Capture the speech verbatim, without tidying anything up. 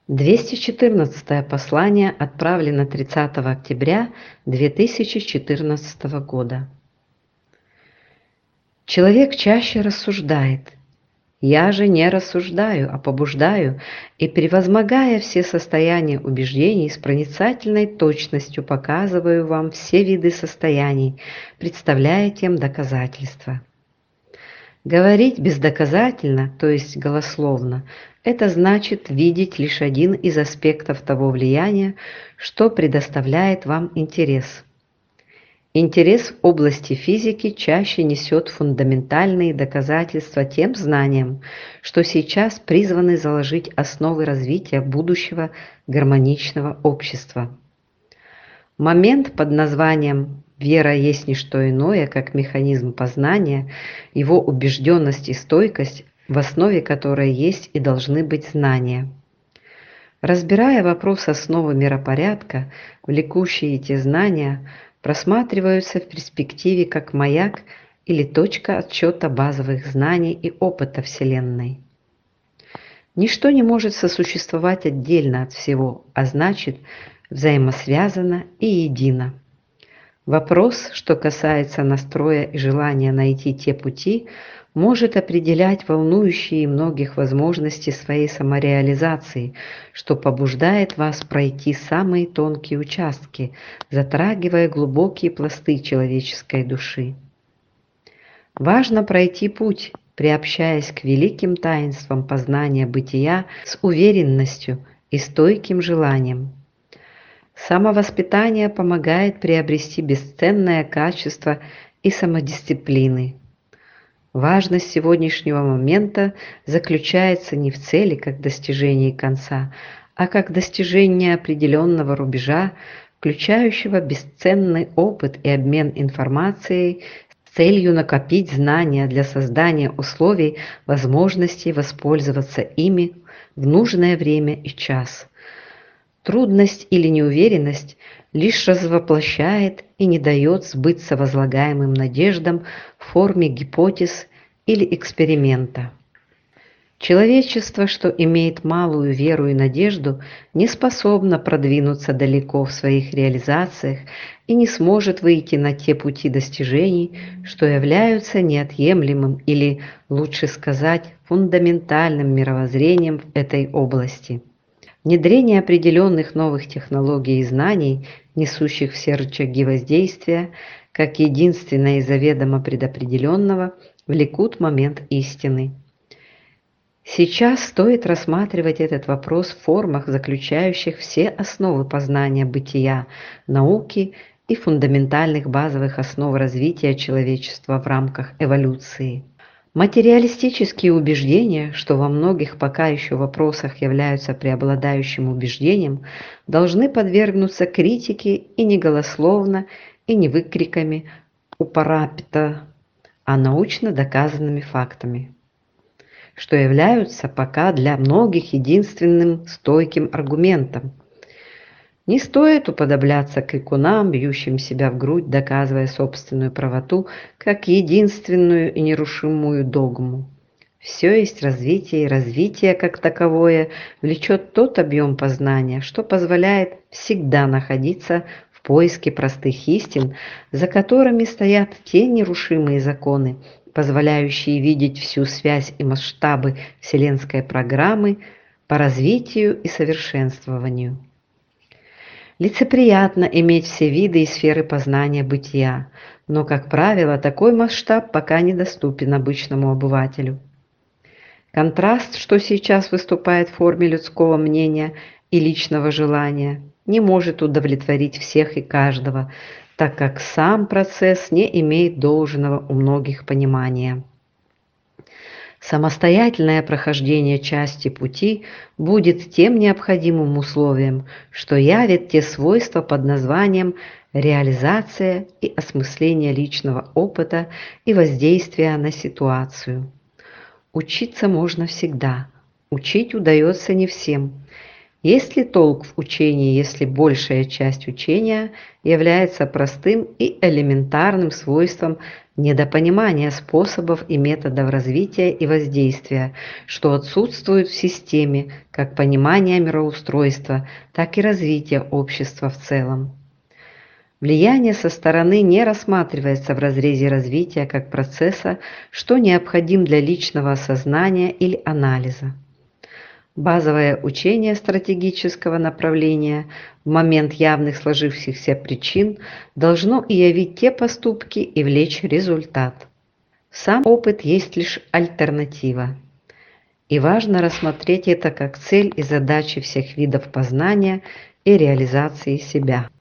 двести четырнадцатое послание отправлено тридцатого октября две тысячи четырнадцатого года. Человек чаще рассуждает. Я же не рассуждаю, а побуждаю, и, превозмогая все состояния убеждений, с проницательной точностью показываю вам все виды состояний, представляя тем доказательства. Говорить бездоказательно, то есть голословно, это значит видеть лишь один из аспектов того влияния, что предоставляет вам интерес. Интерес в области физики чаще несет фундаментальные доказательства тем знаниям, что сейчас призваны заложить основы развития будущего гармоничного общества. Момент под названием «Вера есть не что иное, как механизм познания», его убежденность и стойкость, в основе которой есть и должны быть знания. Разбирая вопрос основы миропорядка, влекущие эти знания просматриваются в перспективе как маяк или точка отсчета базовых знаний и опыта Вселенной. Ничто не может сосуществовать отдельно от всего, а значит, взаимосвязано и едино. Вопрос, что касается настроя и желания найти те пути, может определять волнующие многих возможности своей самореализации, что побуждает вас пройти самые тонкие участки, затрагивая глубокие пласты человеческой души. Важно пройти путь, приобщаясь к великим таинствам познания бытия с уверенностью и стойким желанием. Самовоспитание помогает приобрести бесценное качество и самодисциплины. Важность сегодняшнего момента заключается не в цели как достижении конца, а как достижение определенного рубежа, включающего бесценный опыт и обмен информацией с целью накопить знания для создания условий возможности воспользоваться ими в нужное время и час. Трудность или неуверенность лишь развоплощает и не дает сбыться возлагаемым надеждам в форме гипотез или эксперимента. Человечество, что имеет малую веру и надежду, не способно продвинуться далеко в своих реализациях и не сможет выйти на те пути достижений, что являются неотъемлемым или, лучше сказать, фундаментальным мировоззрением в этой области. Внедрение определенных новых технологий и знаний, несущих все рычаги воздействия, как единственное и заведомо предопределенного, влекут момент истины. Сейчас стоит рассматривать этот вопрос в формах, заключающих все основы познания бытия, науки и фундаментальных базовых основ развития человечества в рамках эволюции. Материалистические убеждения, что во многих пока еще вопросах являются преобладающим убеждением, должны подвергнуться критике и не голословно, и не выкриками у парапета, а научно доказанными фактами, что являются пока для многих единственным стойким аргументом. Не стоит уподобляться крикунам, бьющим себя в грудь, доказывая собственную правоту как единственную и нерушимую догму. Все есть развитие, и развитие как таковое влечет тот объем познания, что позволяет всегда находиться в поиске простых истин, за которыми стоят те нерушимые законы, позволяющие видеть всю связь и масштабы вселенской программы по развитию и совершенствованию. Лицеприятно иметь все виды и сферы познания бытия, но, как правило, такой масштаб пока недоступен обычному обывателю. Контраст, что сейчас выступает в форме людского мнения и личного желания, не может удовлетворить всех и каждого, так как сам процесс не имеет должного у многих понимания. Самостоятельное прохождение части пути будет тем необходимым условием, что явит те свойства под названием реализация и осмысление личного опыта и воздействия на ситуацию. Учиться можно всегда, учить удается не всем. Есть ли толк в учении, если большая часть учения является простым и элементарным свойством недопонимание способов и методов развития и воздействия, что отсутствует в системе как понимания мироустройства, так и развития общества в целом. Влияние со стороны не рассматривается в разрезе развития как процесса, что необходим для личного осознания или анализа. Базовое учение стратегического направления в момент явных сложившихся причин должно и явить те поступки и влечь результат. Сам опыт есть лишь альтернатива. И важно рассмотреть это как цель и задачи всех видов познания и реализации себя.